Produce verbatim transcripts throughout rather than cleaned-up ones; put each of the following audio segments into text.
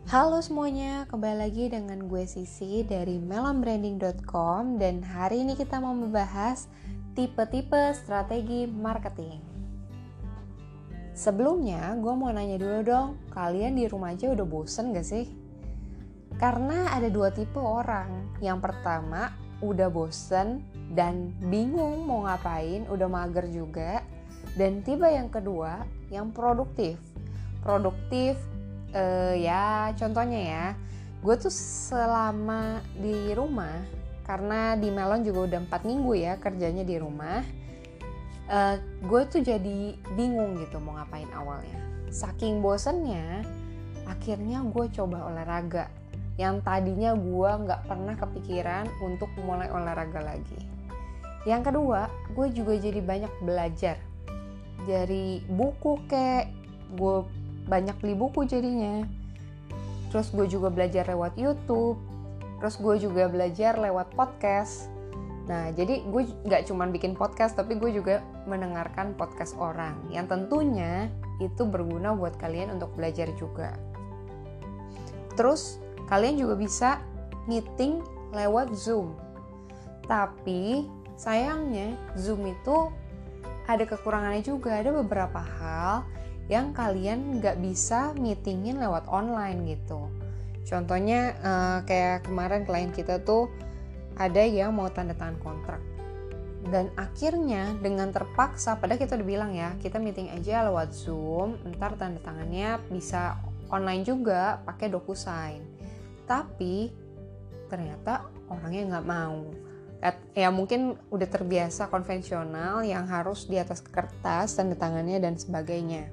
Halo semuanya, kembali lagi dengan gue Sisi dari melon branding dot com. Dan hari ini kita mau membahas tipe-tipe strategi marketing. Sebelumnya gue mau nanya dulu dong, kalian di rumah aja udah bosen gak sih? Karena ada dua tipe orang. Yang pertama udah bosen dan bingung mau ngapain, udah mager juga. Dan tipe yang kedua yang produktif Produktif Uh, ya contohnya ya, gue tuh selama di rumah, karena di Melon juga udah empat minggu ya kerjanya di rumah, uh, gue tuh jadi bingung gitu mau ngapain awalnya. Saking bosennya, akhirnya gue coba olahraga yang tadinya gue gak pernah kepikiran untuk mulai olahraga lagi. Yang kedua, gue juga jadi banyak belajar dari buku, kayak gue banyak beli buku jadinya. Terus gue juga belajar lewat YouTube. Terus gue juga belajar lewat podcast. Nah, jadi gue gak cuma bikin podcast, tapi gue juga mendengarkan podcast orang, yang tentunya itu berguna buat kalian untuk belajar juga. Terus kalian juga bisa meeting lewat Zoom. Tapi sayangnya Zoom itu ada kekurangannya juga. Ada beberapa hal yang kalian nggak bisa meetingin lewat online gitu. Contohnya uh, kayak kemarin klien kita tuh ada yang mau tanda tangan kontrak, dan akhirnya dengan terpaksa, padahal kita udah bilang ya kita meeting aja lewat Zoom, ntar tanda tangannya bisa online juga pakai DocuSign. Tapi ternyata orangnya nggak mau. Ya mungkin udah terbiasa konvensional yang harus di atas kertas tanda tangannya dan sebagainya.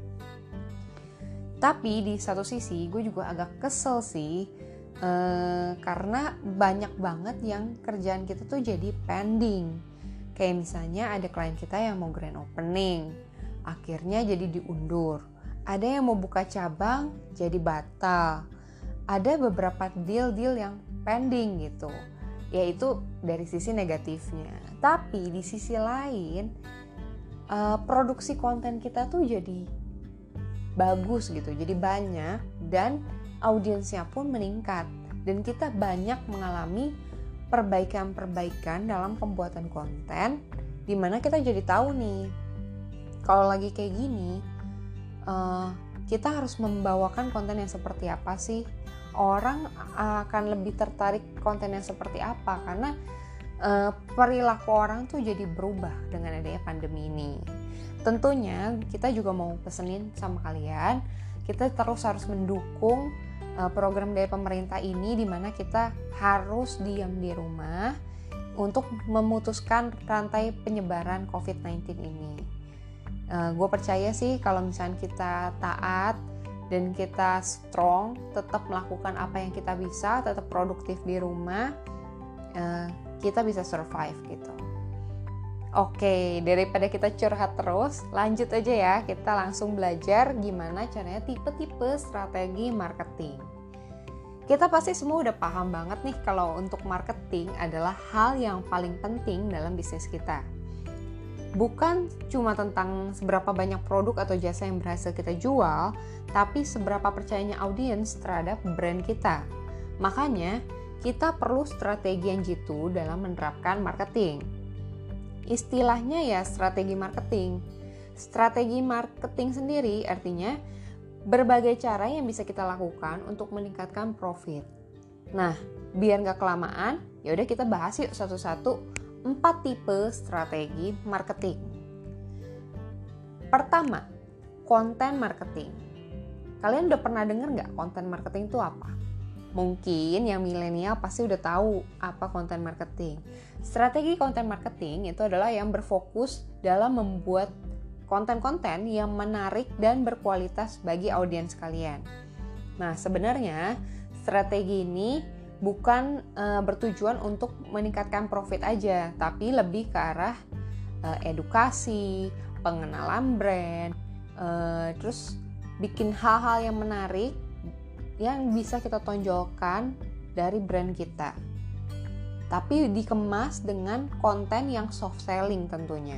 Tapi di satu sisi gue juga agak kesel sih, eh, karena banyak banget yang kerjaan kita tuh jadi pending. Kayak misalnya ada klien kita yang mau grand opening, akhirnya jadi diundur. Ada yang mau buka cabang, jadi batal. Ada beberapa deal-deal yang pending gitu, yaitu dari sisi negatifnya. Tapi di sisi lain, eh, produksi konten kita tuh jadi bagus gitu, jadi banyak dan audiensnya pun meningkat, dan kita banyak mengalami perbaikan-perbaikan dalam pembuatan konten, dimana kita jadi tahu nih kalau lagi kayak gini uh, kita harus membawakan konten yang seperti apa sih, orang akan lebih tertarik konten yang seperti apa, karena uh, perilaku orang tuh jadi berubah dengan adanya pandemi ini. Tentunya kita juga mau pesenin sama kalian, kita terus harus mendukung uh, program dari pemerintah ini, di mana kita harus diam di rumah untuk memutuskan rantai penyebaran covid sembilan belas ini. Uh, gue percaya sih kalau misalnya kita taat dan kita strong, tetap melakukan apa yang kita bisa, tetap produktif di rumah, uh, kita bisa survive gitu. Oke, daripada kita curhat terus, lanjut aja ya, kita langsung belajar gimana caranya tipe-tipe strategi marketing. Kita pasti semua udah paham banget nih kalau untuk marketing adalah hal yang paling penting dalam bisnis kita. Bukan cuma tentang seberapa banyak produk atau jasa yang berhasil kita jual, tapi seberapa percayanya audiens terhadap brand kita. Makanya, kita perlu strategi yang jitu dalam menerapkan marketing. Istilahnya ya strategi marketing. Strategi marketing sendiri artinya berbagai cara yang bisa kita lakukan untuk meningkatkan profit. Nah, biar gak kelamaan, yaudah kita bahas yuk satu-satu empat tipe strategi marketing. Pertama, konten marketing. Kalian udah pernah denger gak konten marketing itu apa? Mungkin yang milenial pasti udah tahu apa konten marketing. Strategi konten marketing itu adalah yang berfokus dalam membuat konten-konten yang menarik dan berkualitas bagi audiens kalian. Nah, sebenarnya strategi ini bukan e, bertujuan untuk meningkatkan profit aja, tapi lebih ke arah e, edukasi, pengenalan brand, e, terus bikin hal-hal yang menarik yang bisa kita tonjolkan dari brand kita, tapi dikemas dengan konten yang soft selling tentunya.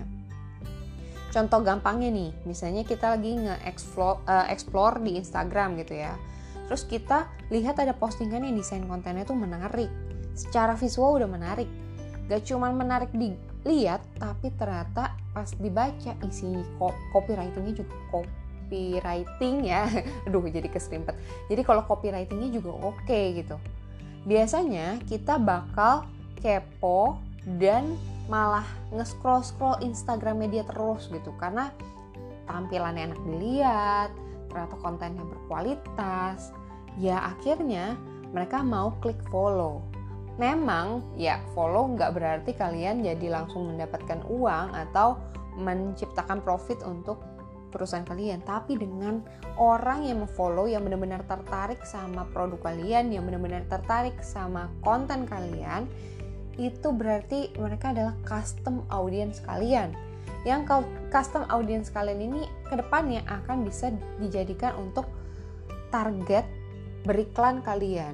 Contoh gampangnya nih, misalnya kita lagi nge-explore uh, explore di Instagram gitu ya. Terus kita lihat ada postingan yang desain kontennya tuh menarik, secara visual udah menarik. Gak cuman menarik dilihat, tapi ternyata pas dibaca isi copywritingnya juga copywriting ya. Aduh jadi keserimpet. Jadi kalau copywritingnya juga oke okay, gitu. Biasanya kita bakal kepo dan malah nge-scroll-scroll Instagram media terus gitu. Karena tampilannya enak dilihat, ternyata kontennya berkualitas. Ya akhirnya mereka mau klik follow. Memang ya follow nggak berarti kalian jadi langsung mendapatkan uang atau menciptakan profit untuk perusahaan kalian, tapi dengan orang yang memfollow, yang benar-benar tertarik sama produk kalian, yang benar-benar tertarik sama konten kalian, itu berarti mereka adalah custom audience kalian. Yang custom audience kalian ini kedepannya akan bisa dijadikan untuk target beriklan kalian.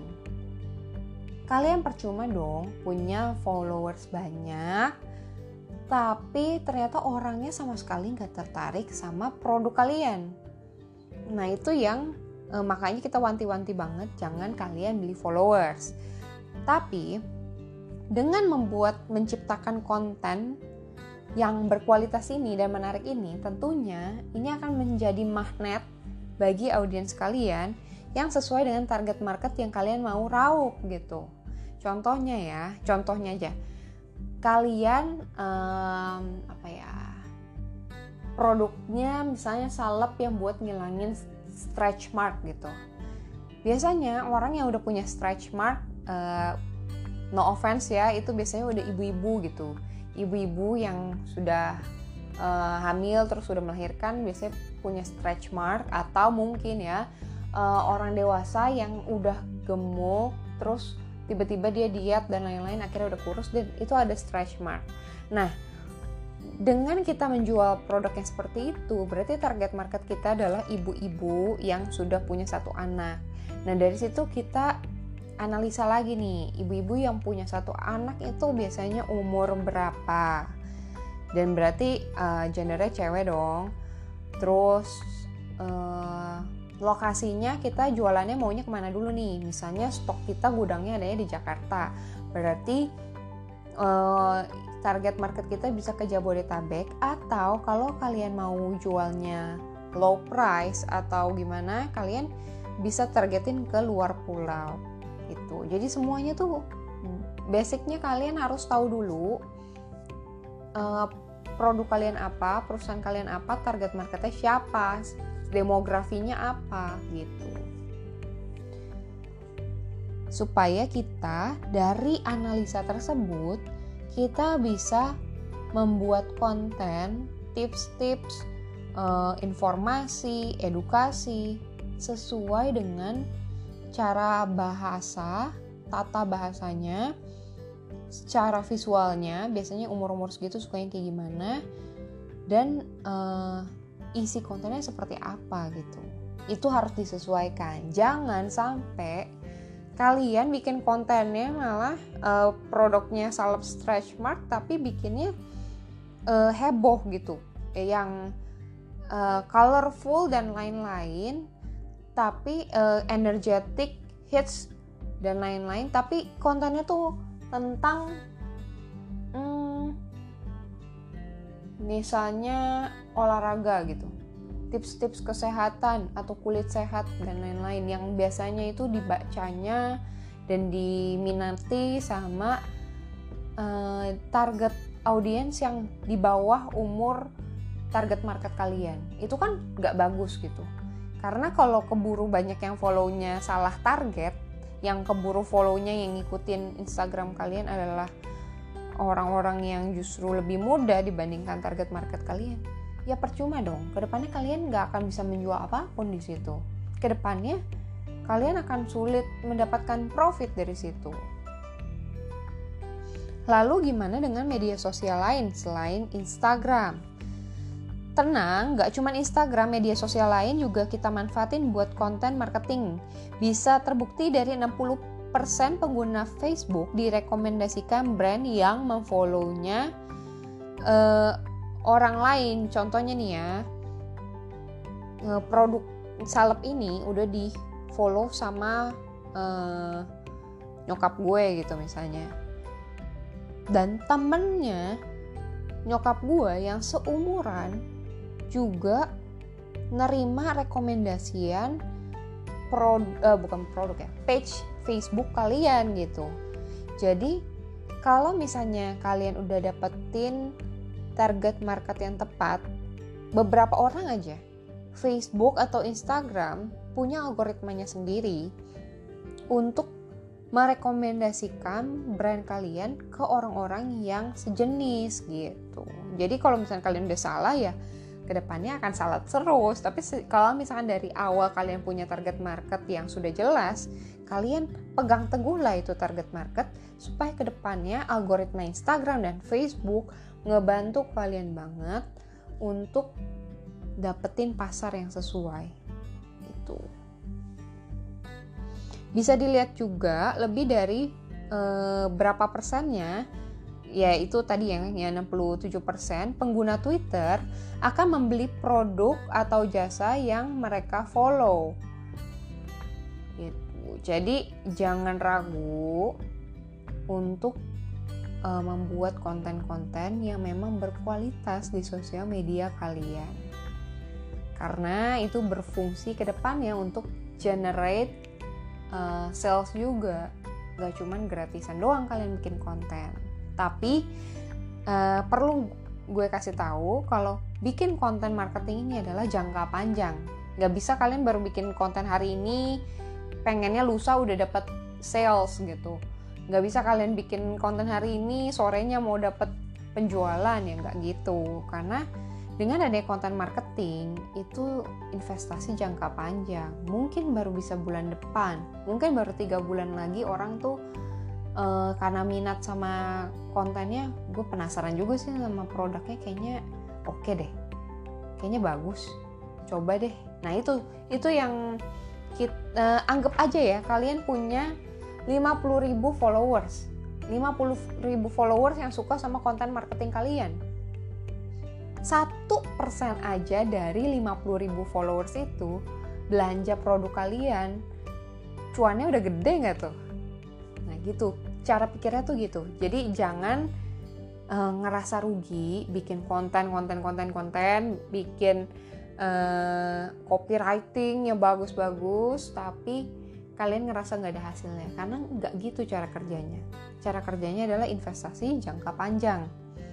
Kalian percuma dong punya followers banyak, tapi ternyata orangnya sama sekali gak tertarik sama produk kalian. Nah itu yang eh, makanya kita wanti-wanti banget jangan kalian beli followers. Tapi dengan membuat menciptakan konten yang berkualitas ini dan menarik ini, tentunya ini akan menjadi magnet bagi audiens kalian yang sesuai dengan target market yang kalian mau raup gitu. Contohnya ya, contohnya aja. Kalian um, apa ya? Produknya misalnya salep yang buat ngilangin stretch mark gitu. Biasanya orang yang udah punya stretch mark, uh, no offense ya, itu biasanya udah ibu-ibu gitu. Ibu-ibu yang sudah uh, hamil terus sudah melahirkan biasanya punya stretch mark, atau mungkin ya uh, orang dewasa yang udah gemuk terus tiba-tiba dia diet dan lain-lain akhirnya udah kurus dan itu ada stretch mark. Nah, dengan kita menjual produk yang seperti itu, berarti target market kita adalah ibu-ibu yang sudah punya satu anak. Nah, dari situ kita analisa lagi nih, ibu-ibu yang punya satu anak itu biasanya umur berapa? Dan berarti uh, gendernya cewek dong. Terus uh, lokasinya kita jualannya maunya kemana dulu nih? Misalnya stok kita gudangnya adanya di Jakarta, berarti uh, target market kita bisa ke Jabodetabek. Atau kalau kalian mau jualnya low price atau gimana, kalian bisa targetin ke luar pulau gitu. Jadi semuanya tuh basicnya kalian harus tahu dulu uh, produk kalian apa, perusahaan kalian apa, target marketnya siapa, demografinya apa gitu. Supaya kita dari analisa tersebut kita bisa membuat konten, tips-tips, uh, informasi, edukasi sesuai dengan cara bahasa, tata bahasanya, secara visualnya, biasanya umur-umur segitu suka yang kayak gimana, dan uh, isi kontennya seperti apa gitu. Itu harus disesuaikan. Jangan sampai kalian bikin kontennya malah uh, produknya salep stretch mark tapi bikinnya uh, heboh gitu, yang uh, colorful dan lain-lain, tapi uh, energetic, hits dan lain-lain, tapi kontennya tuh tentang hmm, misalnya olahraga gitu, tips-tips kesehatan atau kulit sehat dan lain-lain, yang biasanya itu dibacanya dan diminati sama uh, target audiens yang di bawah umur target market kalian. Itu kan gak bagus gitu. Karena kalau keburu banyak yang follow-nya salah target, yang keburu follow-nya yang ngikutin Instagram kalian adalah orang-orang yang justru lebih muda dibandingkan target market kalian, ya percuma dong. Kedepannya kalian gak akan bisa menjual apapun di situ. Kedepannya kalian akan sulit mendapatkan profit dari situ. Lalu gimana dengan media sosial lain selain Instagram? Tenang, gak cuma Instagram, media sosial lain juga kita manfaatin buat konten marketing. Bisa terbukti dari enam puluh persen pengguna Facebook direkomendasikan brand yang memfollow-nya uh, orang lain. Contohnya nih ya, uh, produk salep ini udah di follow sama uh, nyokap gue gitu misalnya. Dan temennya nyokap gue yang seumuran juga nerima rekomendasian pro, uh, bukan produk ya, page Facebook kalian gitu. Jadi kalau misalnya kalian udah dapetin target market yang tepat, beberapa orang aja Facebook atau Instagram punya algoritmanya sendiri untuk merekomendasikan brand kalian ke orang-orang yang sejenis gitu. Jadi kalau misalnya kalian udah salah ya kedepannya akan salah terus. Tapi kalau misalkan dari awal kalian punya target market yang sudah jelas, kalian pegang teguh lah itu target market supaya kedepannya algoritma Instagram dan Facebook ngebantu kalian banget untuk dapetin pasar yang sesuai gitu. Bisa dilihat juga lebih dari e, berapa persennya, yaitu tadi yang ya enam puluh tujuh persen pengguna Twitter akan membeli produk atau jasa yang mereka follow. Gitu. Jadi jangan ragu untuk e, membuat konten-konten yang memang berkualitas di sosial media kalian. Karena itu berfungsi ke depannya untuk generate Uh, sales juga. Gak cuman gratisan doang kalian bikin konten, tapi uh, perlu gue kasih tahu kalau bikin konten marketing ini adalah jangka panjang. Gak bisa kalian baru bikin konten hari ini pengennya lusa udah dapat sales gitu. Gak bisa kalian bikin konten hari ini sorenya mau dapat penjualan, ya gak gitu. Karena dengan adanya konten marketing itu investasi jangka panjang. Mungkin baru bisa bulan depan, mungkin baru tiga bulan lagi orang tuh uh, karena minat sama kontennya, gue penasaran juga sih sama produknya, kayaknya oke okay deh, kayaknya bagus, coba deh. Nah itu itu yang kita uh, anggap aja ya, kalian punya lima puluh ribu followers, lima puluh ribu followers yang suka sama konten marketing kalian. Satu persen aja dari lima puluh ribu followers itu belanja produk kalian, cuannya udah gede nggak tuh? Nah gitu, cara pikirnya tuh gitu. Jadi jangan uh, ngerasa rugi bikin konten, konten, konten, konten, bikin uh, copywriting yang bagus-bagus, tapi kalian ngerasa nggak ada hasilnya. Karena nggak gitu cara kerjanya. Cara kerjanya adalah investasi jangka panjang.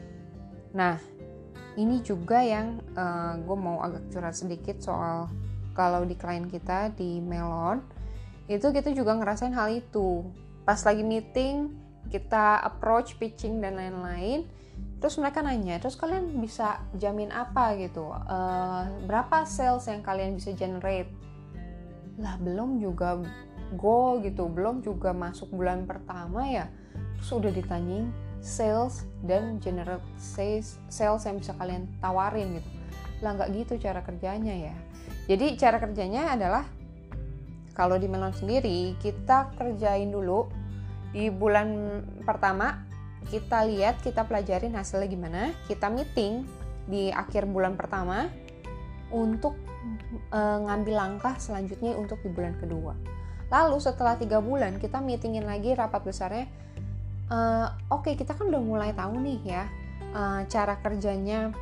Nah, ini juga yang uh, gue mau agak curhat sedikit soal kalau di klien kita di Melon, itu kita juga ngerasain hal itu. Pas lagi meeting, kita approach, pitching dan lain-lain, terus mereka nanya, terus kalian bisa jamin apa gitu? Uh, berapa sales yang kalian bisa generate? Lah belum juga go gitu, belum juga masuk bulan pertama ya, terus udah ditanyain sales dan generate sales, sales yang bisa kalian tawarin gitu. Lah nggak gitu cara kerjanya ya. Jadi cara kerjanya adalah kalau di Melon sendiri kita kerjain dulu di bulan pertama, kita lihat, kita pelajarin hasilnya gimana, kita meeting di akhir bulan pertama untuk e, ngambil langkah selanjutnya untuk di bulan kedua. Lalu setelah tiga bulan kita meetingin lagi rapat besarnya. Uh, Oke, okay, kita kan udah mulai tahu nih ya uh, cara kerjanya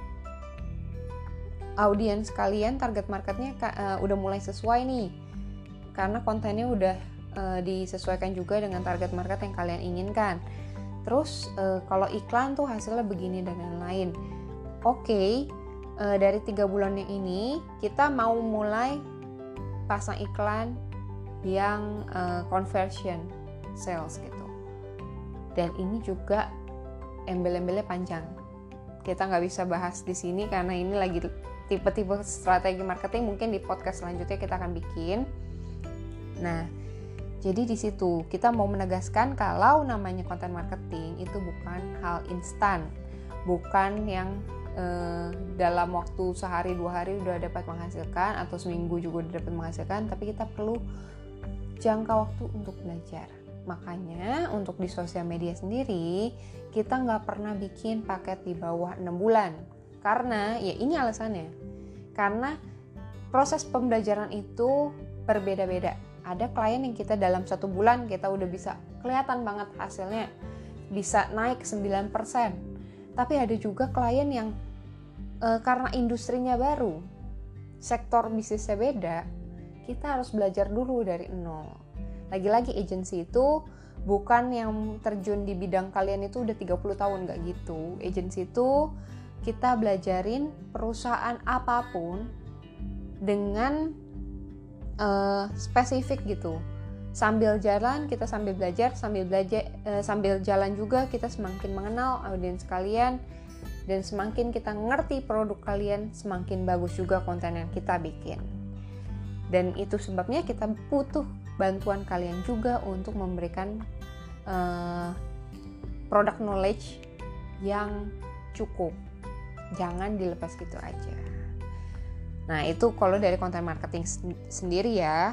audiens kalian, target marketnya uh, udah mulai sesuai nih, karena kontennya udah uh, disesuaikan juga dengan target market yang kalian inginkan. Terus uh, kalau iklan tuh hasilnya begini dan lain-lain. Oke, okay, uh, dari tiga bulan yang ini kita mau mulai pasang iklan yang uh, conversion sales gitu. Dan ini juga embel-embelnya panjang. Kita nggak bisa bahas di sini karena ini lagi tipe-tipe strategi marketing. Mungkin di podcast selanjutnya kita akan bikin. Nah, jadi di situ kita mau menegaskan kalau namanya konten marketing itu bukan hal instan, bukan yang eh, dalam waktu sehari dua hari udah dapat menghasilkan atau seminggu juga udah dapat menghasilkan. Tapi kita perlu jangka waktu untuk belajar. Makanya untuk di sosial media sendiri kita nggak pernah bikin paket di bawah enam bulan. Karena ya ini alasannya. Karena proses pembelajaran itu berbeda-beda. Ada klien yang kita dalam satu bulan kita udah bisa kelihatan banget hasilnya, bisa naik sembilan persen. Tapi ada juga klien yang e, karena industrinya baru, sektor bisnisnya beda, kita harus belajar dulu dari nol. Lagi-lagi agency itu bukan yang terjun di bidang kalian itu udah tiga puluh tahun, gak gitu. Agency itu kita belajarin perusahaan apapun dengan uh, spesifik gitu. Sambil jalan kita sambil belajar, sambil belajar uh, sambil jalan juga kita semakin mengenal audiens kalian, dan semakin kita ngerti produk kalian, semakin bagus juga konten yang kita bikin. Dan itu sebabnya kita butuh bantuan kalian juga untuk memberikan uh, product knowledge yang cukup. Jangan dilepas gitu aja. Nah, itu kalau dari konten marketing sendiri ya.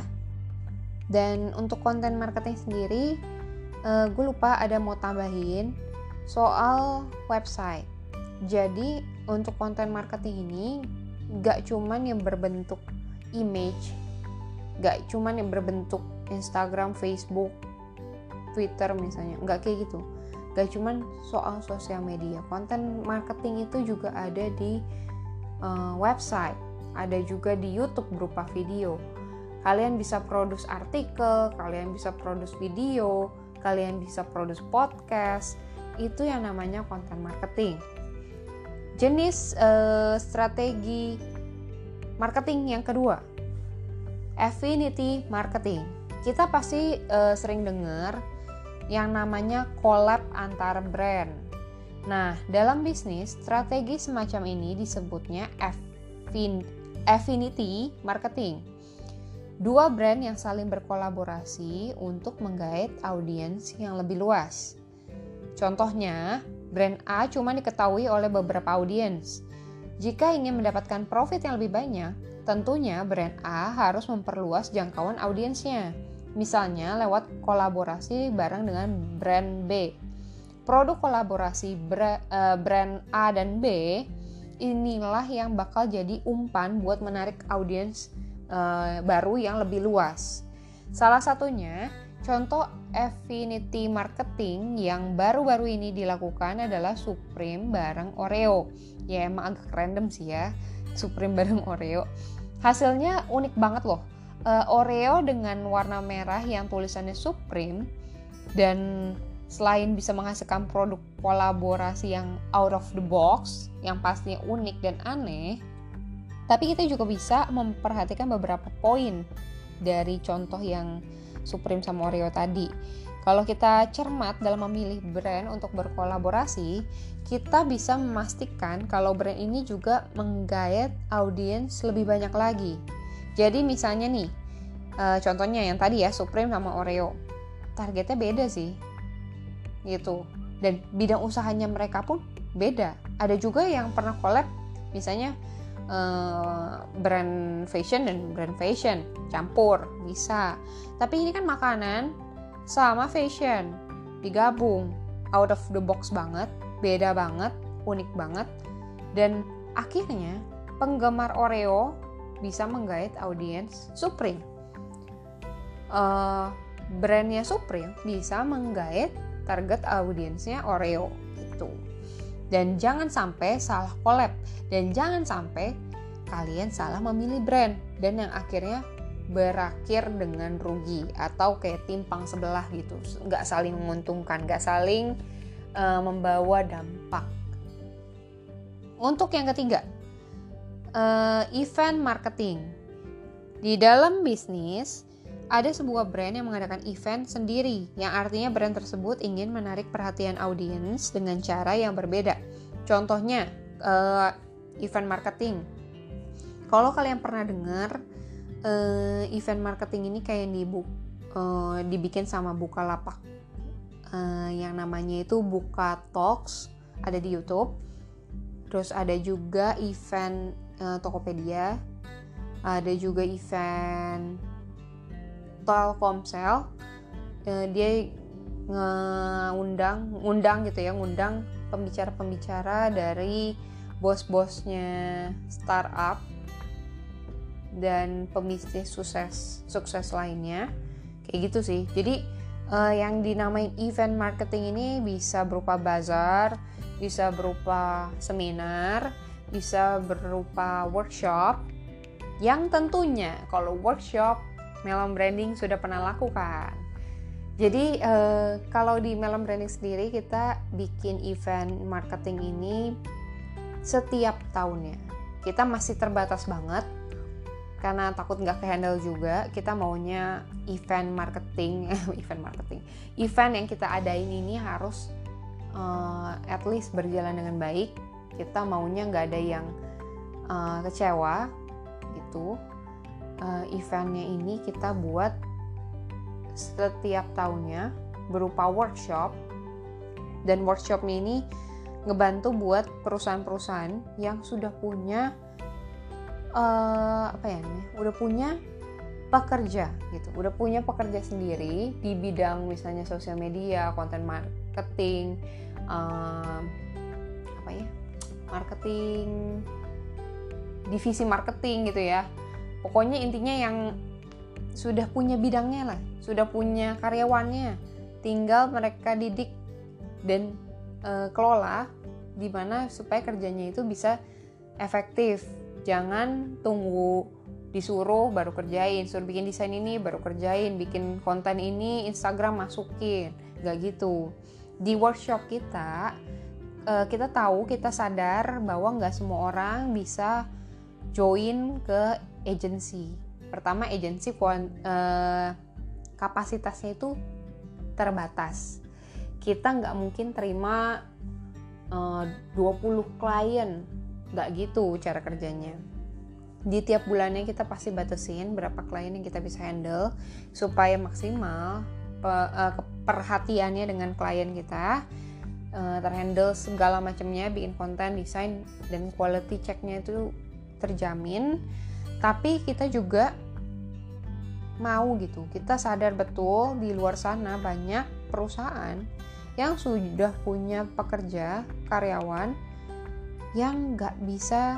Dan untuk konten marketing sendiri, uh, gue lupa ada mau tambahin soal website. Jadi untuk konten marketing ini gak cuman yang berbentuk image, gak cuman yang berbentuk Instagram, Facebook, Twitter misalnya, gak kayak gitu. Gak cuman soal sosial media, konten marketing itu juga ada di uh, website, ada juga di YouTube berupa video. Kalian bisa produce artikel, kalian bisa produce video, kalian bisa produce podcast. Itu yang namanya konten marketing. Jenis uh, strategi marketing yang kedua, affinity marketing. Kita pasti uh, sering dengar yang namanya collab antar brand. Nah, dalam bisnis, strategi semacam ini disebutnya affin- affinity marketing. Dua brand yang saling berkolaborasi untuk menggait audiens yang lebih luas. Contohnya, brand A cuma diketahui oleh beberapa audiens. Jika ingin mendapatkan profit yang lebih banyak, tentunya brand A harus memperluas jangkauan audiensnya. Misalnya lewat kolaborasi bareng dengan brand B. Produk kolaborasi brand A dan B inilah yang bakal jadi umpan buat menarik audiens uh, baru yang lebih luas. Salah satunya, contoh affinity marketing yang baru-baru ini dilakukan adalah Supreme bareng Oreo. Ya emang agak random sih ya, Supreme bareng Oreo. Hasilnya unik banget loh. Uh, Oreo dengan warna merah yang tulisannya Supreme, dan selain bisa menghasilkan produk kolaborasi yang out of the box, yang pastinya unik dan aneh, tapi kita juga bisa memperhatikan beberapa poin dari contoh yang Supreme sama Oreo tadi. Kalau kita cermat dalam memilih brand untuk berkolaborasi, kita bisa memastikan kalau brand ini juga menggait audiens lebih banyak lagi. Jadi misalnya nih, uh, contohnya yang tadi ya, Supreme sama Oreo. Targetnya beda sih, gitu. Dan bidang usahanya mereka pun beda. Ada juga yang pernah collab, misalnya uh, brand fashion dan brand fashion, campur, bisa. Tapi ini kan makanan sama fashion, digabung, out of the box banget, beda banget, unik banget. Dan akhirnya penggemar Oreo bisa menggait audiens Supreme. Uh, brandnya Supreme bisa menggait target audiensnya Oreo gitu. Dan jangan sampai salah collab, dan jangan sampai kalian salah memilih brand dan yang akhirnya berakhir dengan rugi atau kayak timpang sebelah gitu, nggak saling menguntungkan, nggak saling uh, membawa dampak. Untuk yang ketiga, Uh, event marketing. Di dalam bisnis, ada sebuah brand yang mengadakan event sendiri, yang artinya brand tersebut ingin menarik perhatian audiens dengan cara yang berbeda. Contohnya, uh, event marketing. Kalau kalian pernah dengar, uh, event marketing ini kayak dibu- uh, dibikin sama Bukalapak, uh, yang namanya itu Buka Talks, ada di YouTube. Terus ada juga event Uh, Tokopedia, ada juga event Telkomsel, uh, dia ngundang, ngundang gitu ya, ngundang pembicara-pembicara dari bos-bosnya startup dan pebisnis sukses sukses lainnya. Kayak gitu sih. Jadi uh, yang dinamain event marketing ini bisa berupa bazar, bisa berupa seminar, bisa berupa workshop, yang tentunya kalau workshop Melon Branding sudah pernah lakukan. Jadi uh, kalau di Melon Branding sendiri kita bikin event marketing ini setiap tahunnya. Kita masih terbatas banget karena takut nggak kehandle juga. Kita maunya event marketing, event marketing, event yang kita adain ini harus uh, at least berjalan dengan baik. Kita maunya nggak ada yang uh, kecewa gitu. Uh, eventnya ini kita buat setiap tahunnya berupa workshop, dan workshopnya ini ngebantu buat perusahaan-perusahaan yang sudah punya uh, apa ya namanya, udah punya pekerja gitu, udah punya pekerja sendiri di bidang misalnya sosial media, konten marketing, uh, apa ya, marketing, divisi marketing gitu ya. Pokoknya intinya yang sudah punya bidangnya lah, sudah punya karyawannya, tinggal mereka didik dan e, kelola di mana supaya kerjanya itu bisa efektif. Jangan tunggu disuruh baru kerjain, suruh bikin desain ini baru kerjain, bikin konten ini Instagram masukin, gak gitu. Di workshop kita, e, kita tahu, kita sadar bahwa gak semua orang bisa join ke agency. Pertama, agensi eh, kapasitasnya itu terbatas. Kita nggak mungkin terima eh, dua puluh klien, nggak gitu cara kerjanya. Di tiap bulannya kita pasti batasin berapa klien yang kita bisa handle supaya maksimal pe- eh, perhatiannya dengan klien kita, eh, terhandle segala macamnya, bikin konten, desain, dan quality checknya itu terjamin. Tapi kita juga mau gitu, kita sadar betul di luar sana banyak perusahaan yang sudah punya pekerja, karyawan yang gak bisa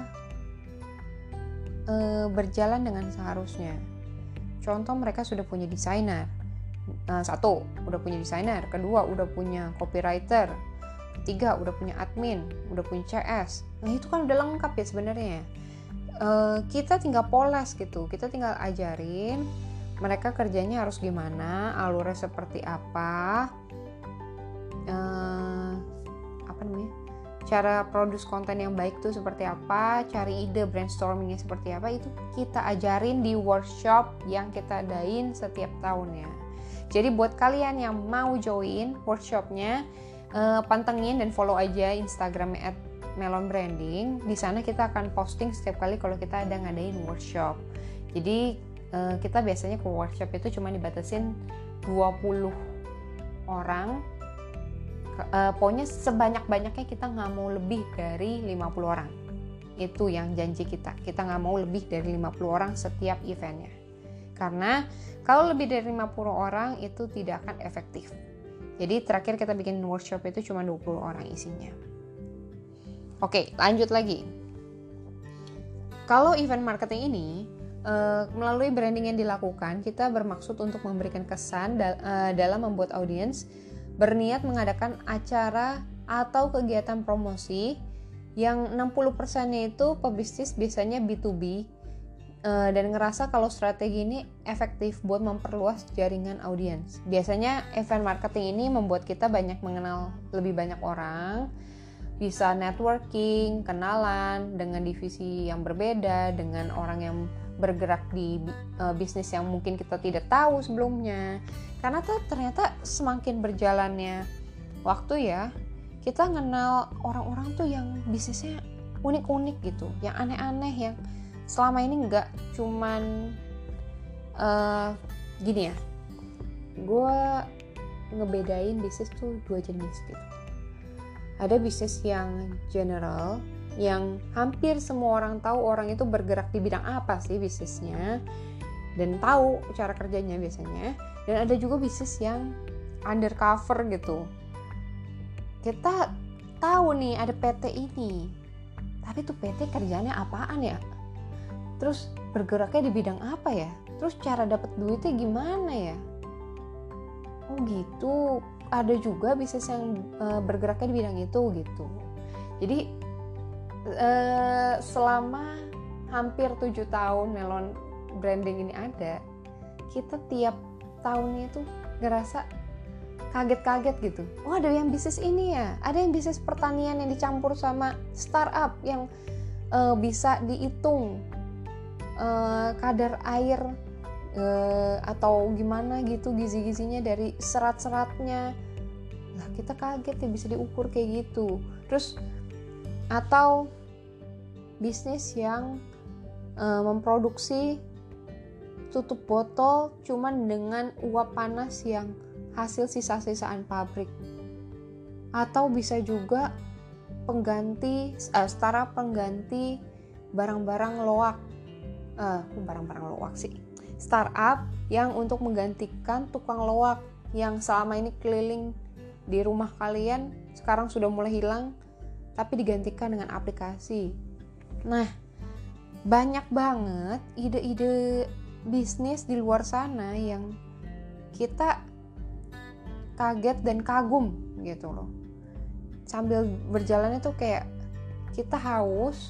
e, berjalan dengan seharusnya. Contoh, mereka sudah punya desainer, e, satu, udah punya desainer, kedua, udah punya copywriter, ketiga, udah punya admin, udah punya C S. Nah itu kan udah lengkap ya sebenarnya. E, kita tinggal poles gitu, kita tinggal ajarin mereka kerjanya harus gimana, alurnya seperti apa, uh, apa namanya, cara produce konten yang baik tuh seperti apa, cari ide brainstormingnya seperti apa, itu kita ajarin di workshop yang kita adain setiap tahunnya. Jadi buat kalian yang mau join workshopnya, uh, pantengin dan follow aja Instagramnya at melon branding. Di sana kita akan posting setiap kali kalau kita ada ngadain workshop. Jadi Uh, kita biasanya ke workshop itu cuma dibatasin dua puluh orang, uh, pokoknya sebanyak-banyaknya kita nggak mau lebih dari lima puluh orang. Itu yang janji kita, kita nggak mau lebih dari lima puluh orang setiap eventnya, karena kalau lebih dari lima puluh orang itu tidak akan efektif. Jadi terakhir kita bikin workshop itu cuma dua puluh orang isinya. Oke, lanjut lagi. Kalau event marketing ini Uh, melalui branding yang dilakukan, kita bermaksud untuk memberikan kesan da- uh, dalam membuat audiens berniat mengadakan acara atau kegiatan promosi yang enam puluh persennya itu pebisnis, biasanya B to B, uh, dan ngerasa kalau strategi ini efektif buat memperluas jaringan audiens. Biasanya event marketing ini membuat kita banyak mengenal lebih banyak orang, bisa networking, kenalan dengan divisi yang berbeda, dengan orang yang bergerak di uh, bisnis yang mungkin kita tidak tahu sebelumnya. Karena tuh ternyata semakin berjalannya waktu ya, kita kenal orang-orang tuh yang bisnisnya unik-unik gitu, yang aneh-aneh, yang selama ini nggak cuman uh, gini ya, gue ngebedain bisnis tuh dua jenis gitu. Ada bisnis yang general, yang hampir semua orang tahu orang itu bergerak di bidang apa sih bisnisnya, dan tahu cara kerjanya biasanya. Dan ada juga bisnis yang undercover gitu, kita tahu nih ada P T ini, tapi tuh P T kerjanya apaan ya, terus bergeraknya di bidang apa ya? Terus cara dapat duitnya gimana ya? Oh gitu, ada juga bisnis yang uh, bergeraknya di bidang itu gitu. Jadi uh, selama hampir tujuh tahun Melon Branding ini ada, kita tiap tahunnya itu ngerasa kaget-kaget gitu. Oh ada yang bisnis ini ya, ada yang bisnis pertanian yang dicampur sama startup yang uh, bisa dihitung uh, kadar air uh, atau gimana gitu gizi-gizinya dari serat-seratnya. Lah kita kaget ya bisa diukur kayak gitu. Terus atau bisnis yang uh, memproduksi tutup botol cuman dengan uap panas yang hasil sisa-sisaan pabrik. Atau bisa juga pengganti uh, startup pengganti barang-barang loak. Uh, barang-barang loak sih. Startup yang untuk menggantikan tukang loak yang selama ini keliling di rumah kalian sekarang sudah mulai hilang, tapi digantikan dengan aplikasi. Nah, banyak banget ide-ide bisnis di luar sana yang kita kaget dan kagum gitu loh. Sambil berjalan itu kayak kita haus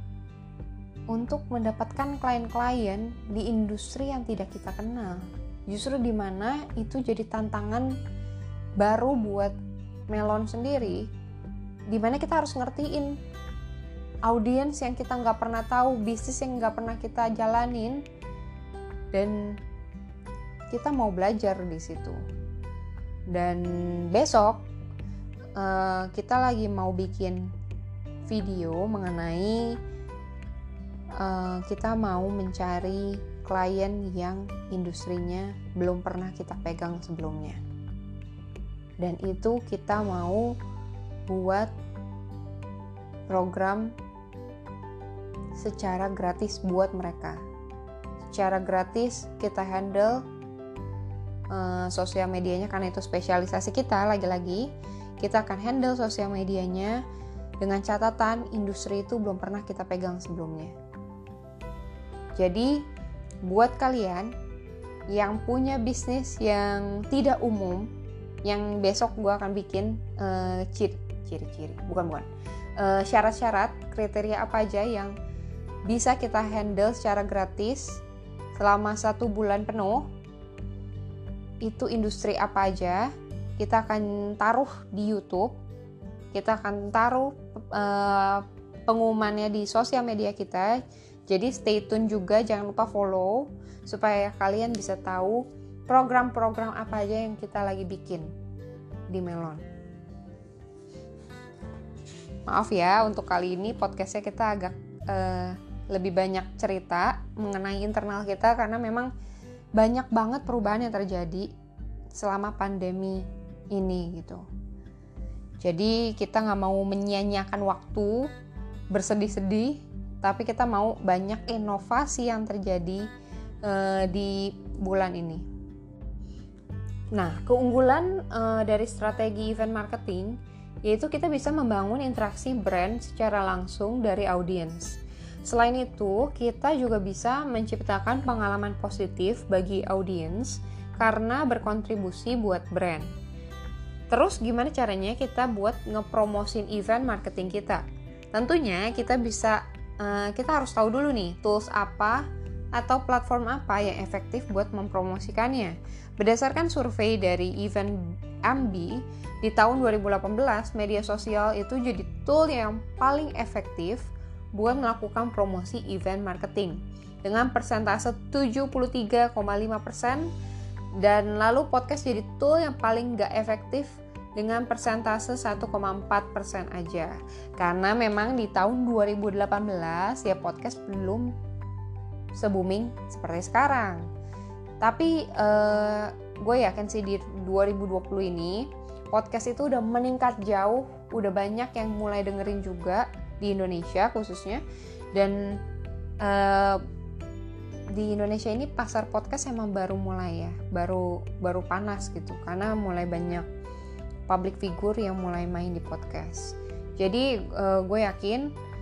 untuk mendapatkan klien-klien di industri yang tidak kita kenal. Justru di mana itu jadi tantangan baru buat Melon sendiri, di mana kita harus ngertiin audiens yang kita nggak pernah tahu, bisnis yang nggak pernah kita jalanin, dan kita mau belajar di situ. Dan besok uh, kita lagi mau bikin video mengenai uh, kita mau mencari klien yang industrinya belum pernah kita pegang sebelumnya. Dan itu kita mau buat program secara gratis buat mereka. Secara gratis kita handle uh, sosial medianya, karena itu spesialisasi kita. Lagi-lagi kita akan handle sosial medianya dengan catatan industri itu belum pernah kita pegang sebelumnya. Jadi buat kalian yang punya bisnis yang tidak umum, yang besok gue akan bikin uh, ciri-ciri, bukan bukan uh, syarat-syarat, kriteria apa aja yang bisa kita handle secara gratis selama satu bulan penuh. Itu industri apa aja, kita akan taruh di YouTube, kita akan taruh uh, pengumumannya di sosial media kita. Jadi stay tune juga, jangan lupa follow supaya kalian bisa tahu program-program apa aja yang kita lagi bikin di Melon. Maaf ya, untuk kali ini podcastnya kita agak uh, lebih banyak cerita mengenai internal kita, karena memang banyak banget perubahan yang terjadi selama pandemi ini gitu. Jadi kita gak mau menyia-nyiakan waktu bersedih-sedih, tapi kita mau banyak inovasi yang terjadi uh, di bulan ini. Nah, keunggulan uh, dari strategi event marketing yaitu kita bisa membangun interaksi brand secara langsung dari audiens. Selain itu, kita juga bisa menciptakan pengalaman positif bagi audiens karena berkontribusi buat brand. Terus gimana caranya kita buat ngepromosin event marketing kita? Tentunya kita bisa uh, kita harus tahu dulu nih tools apa atau platform apa yang efektif buat mempromosikannya. Berdasarkan survei dari Event M B, di tahun dua ribu delapan belas, media sosial itu jadi tool yang paling efektif buat melakukan promosi event marketing dengan persentase tujuh puluh tiga koma lima persen, dan lalu podcast jadi tool yang paling gak efektif dengan persentase satu koma empat persen aja. Karena memang di tahun dua ribu delapan belas ya podcast belum se-booming seperti sekarang. Tapi eh, gue yakin sih di dua ribu dua puluh ini podcast itu udah meningkat jauh, udah banyak yang mulai dengerin juga di Indonesia khususnya. Dan eh, di Indonesia ini pasar podcast emang baru mulai ya, baru baru panas gitu, karena mulai banyak public figure yang mulai main di podcast. Jadi eh, gue yakin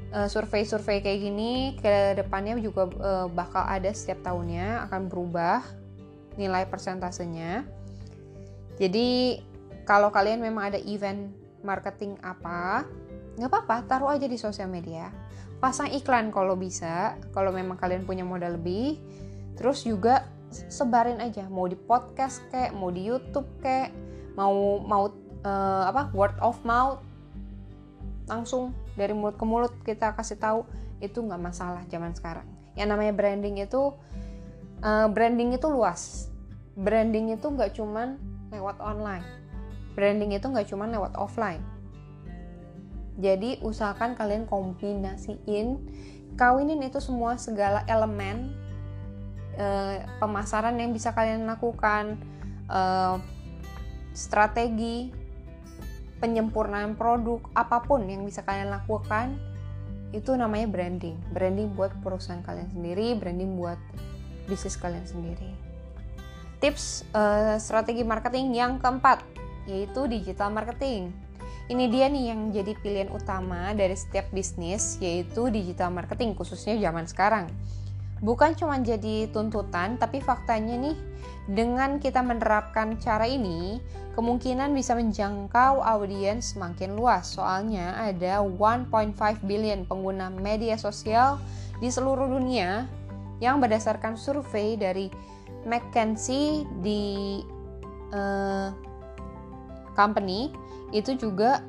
uh, survei-survei kayak gini ke depannya juga uh, bakal ada setiap tahunnya, akan berubah nilai persentasenya. Jadi kalau kalian memang ada event marketing apa, nggak apa-apa, taruh aja di sosial media, pasang iklan kalau bisa, kalau memang kalian punya modal lebih. Terus juga sebarin aja, mau di podcast kayak, mau di YouTube kayak, mau mau uh, apa word of mouth, langsung dari mulut ke mulut kita kasih tahu, itu nggak masalah zaman sekarang. Yang namanya branding itu uh, branding itu luas. Branding itu nggak cuman lewat online. Branding itu nggak cuman lewat offline. Jadi usahakan kalian kombinasiin, kawinin itu semua segala elemen e, pemasaran yang bisa kalian lakukan, e, strategi, penyempurnaan produk, apapun yang bisa kalian lakukan, itu namanya branding. Branding buat perusahaan kalian sendiri, branding buat bisnis kalian sendiri. Tips e, strategi marketing yang keempat, yaitu digital marketing. Ini dia nih yang jadi pilihan utama dari setiap bisnis, yaitu digital marketing, khususnya zaman sekarang. Bukan cuma jadi tuntutan, tapi faktanya nih, dengan kita menerapkan cara ini, kemungkinan bisa menjangkau audiens semakin luas. Soalnya ada one point five billion pengguna media sosial di seluruh dunia yang berdasarkan survei dari McKinsey di uh, company. Itu juga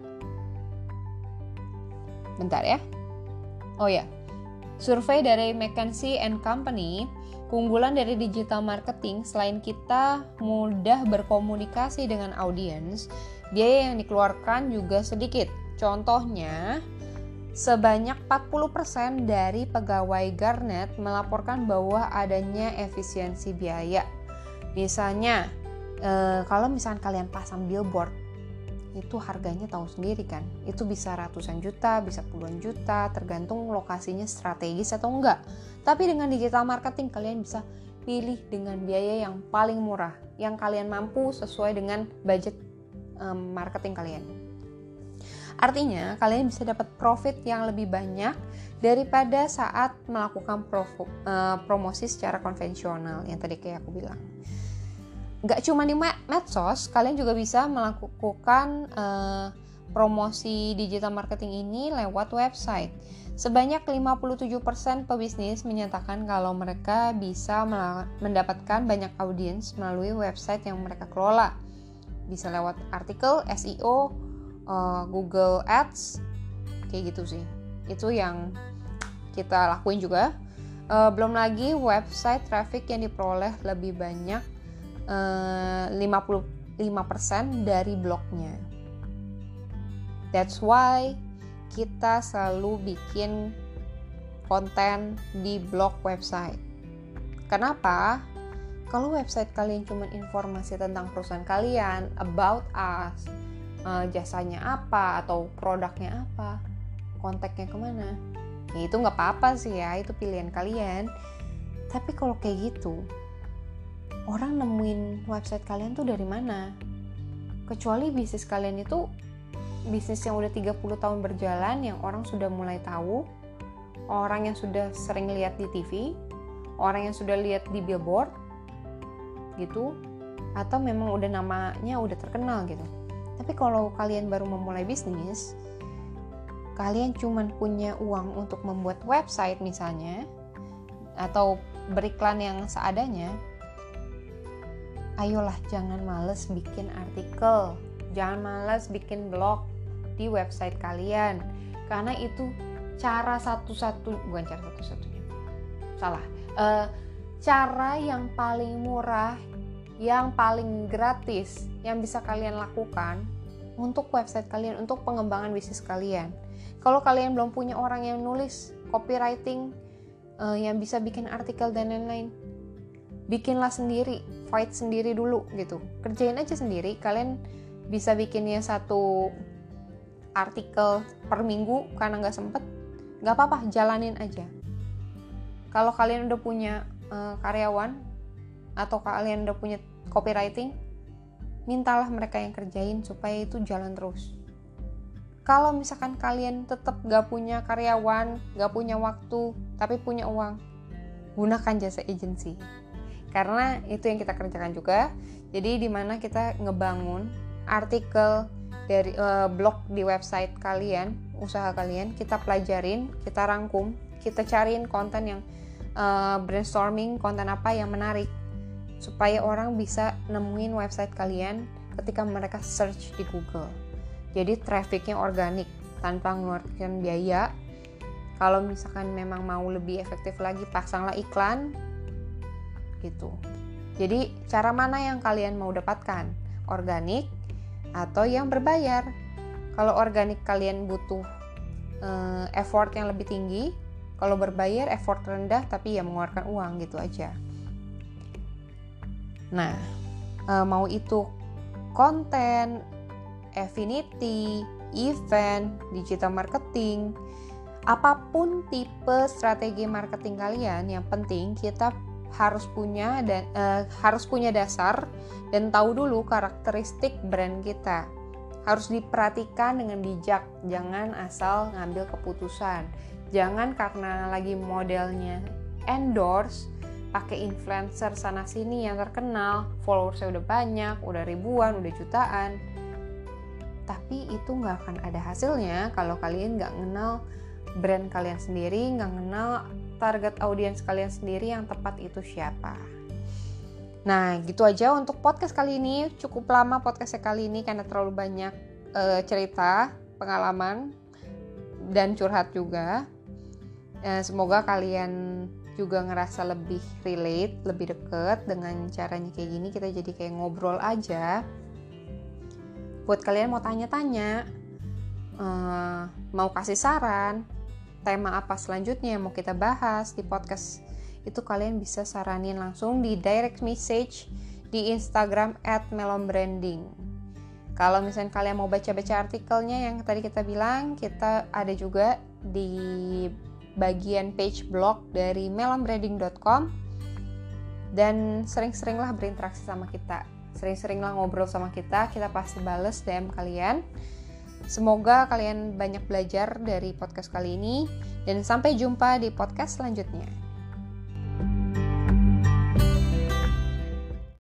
bentar ya oh ya survei dari McKinsey and Company, keunggulan dari digital marketing selain kita mudah berkomunikasi dengan audiens, biaya yang dikeluarkan juga sedikit. Contohnya, sebanyak empat puluh persen dari pegawai Gartner melaporkan bahwa adanya efisiensi biaya. Misalnya eh, kalau misalnya kalian pasang billboard, itu harganya tahu sendiri kan, itu bisa ratusan juta, bisa puluhan juta, tergantung lokasinya strategis atau enggak. Tapi dengan digital marketing kalian bisa pilih dengan biaya yang paling murah, yang kalian mampu sesuai dengan budget um, marketing kalian. Artinya kalian bisa dapat profit yang lebih banyak daripada saat melakukan provo, uh, promosi secara konvensional yang tadi kayak aku bilang. Gak cuma di medsos, kalian juga bisa melakukan uh, promosi digital marketing ini lewat website. Sebanyak lima puluh tujuh persen pebisnis menyatakan kalau mereka bisa mendapatkan banyak audiens melalui website yang mereka kelola. Bisa lewat artikel, S E O, uh, Google Ads, kayak gitu sih. Itu yang kita lakuin juga. Uh, belum lagi website traffic yang diperoleh lebih banyak, Uh, lima puluh lima persen dari blognya. That's why kita selalu bikin konten di blog website. Kenapa? Kalau website kalian cuma informasi tentang perusahaan kalian, about us, uh, jasanya apa atau produknya apa, kontaknya kemana, ya itu nggak apa-apa sih ya, itu pilihan kalian. Tapi kalau kayak gitu, orang nemuin website kalian tuh dari mana? Kecuali bisnis kalian itu bisnis yang udah tiga puluh tahun berjalan, yang orang sudah mulai tahu, orang yang sudah sering lihat di T V, orang yang sudah lihat di billboard gitu, atau memang udah namanya udah terkenal gitu. Tapi kalau kalian baru memulai bisnis, kalian cuman punya uang untuk membuat website misalnya, atau beriklan yang seadanya, ayolah jangan males bikin artikel, jangan males bikin blog di website kalian, karena itu cara satu-satu, bukan cara satu-satunya, salah, uh, cara yang paling murah, yang paling gratis, yang bisa kalian lakukan untuk website kalian, untuk pengembangan bisnis kalian. Kalau kalian belum punya orang yang nulis, copywriting, uh, yang bisa bikin artikel dan lain-lain, bikinlah sendiri, fight sendiri dulu gitu. Kerjain aja sendiri. Kalian bisa bikinnya satu artikel per minggu karena nggak sempet, nggak apa-apa, jalanin aja. Kalau kalian udah punya uh, karyawan atau kalian udah punya copywriting, mintalah mereka yang kerjain supaya itu jalan terus. kalau misalkan kalian tetap gak punya karyawan, gak punya waktu, tapi punya uang, gunakan jasa agensi. Karena itu yang kita kerjakan juga. Jadi di mana kita ngebangun artikel dari uh, blog di website kalian, usaha kalian, kita pelajarin, kita rangkum, kita cariin konten yang uh, brainstorming, konten apa yang menarik, supaya orang bisa nemuin website kalian ketika mereka search di Google. Jadi trafficnya organik tanpa mengeluarkan biaya. Kalau misalkan memang mau lebih efektif lagi, pasanglah iklan gitu. Jadi cara mana yang kalian mau dapatkan? Organik atau yang berbayar? Kalau organik kalian butuh uh, effort yang lebih tinggi. Kalau berbayar effort rendah tapi ya mengeluarkan uang gitu aja. Nah, uh, mau itu konten, affinity, event, digital marketing, apapun tipe strategi marketing kalian, yang penting kita harus punya dan uh, harus punya dasar dan tahu dulu karakteristik brand kita. Harus diperhatikan dengan bijak, jangan asal ngambil keputusan. Jangan karena lagi modelnya endorse, pakai influencer sana sini yang terkenal, followersnya udah banyak, udah ribuan, udah jutaan, tapi itu nggak akan ada hasilnya kalau kalian nggak kenal brand kalian sendiri, nggak kenal target audiens kalian sendiri yang tepat itu siapa. Nah, gitu aja untuk podcast kali ini. Cukup lama podcastnya kali ini karena terlalu banyak e, cerita, pengalaman, dan curhat juga. E, semoga kalian juga ngerasa lebih relate, lebih deket dengan caranya kayak gini. Kita jadi kayak ngobrol aja. Buat kalian mau tanya-tanya, uh, mau kasih saran, tema apa selanjutnya yang mau kita bahas di podcast, itu kalian bisa saranin langsung di direct message di Instagram at melonbranding. Kalau misalnya kalian mau baca-baca artikelnya yang tadi kita bilang, kita ada juga di bagian page blog dari melon branding dot com. Dan sering-seringlah berinteraksi sama kita. Sering-seringlah ngobrol sama kita, kita pasti bales D M kalian. Semoga kalian banyak belajar dari podcast kali ini, dan sampai jumpa di podcast selanjutnya.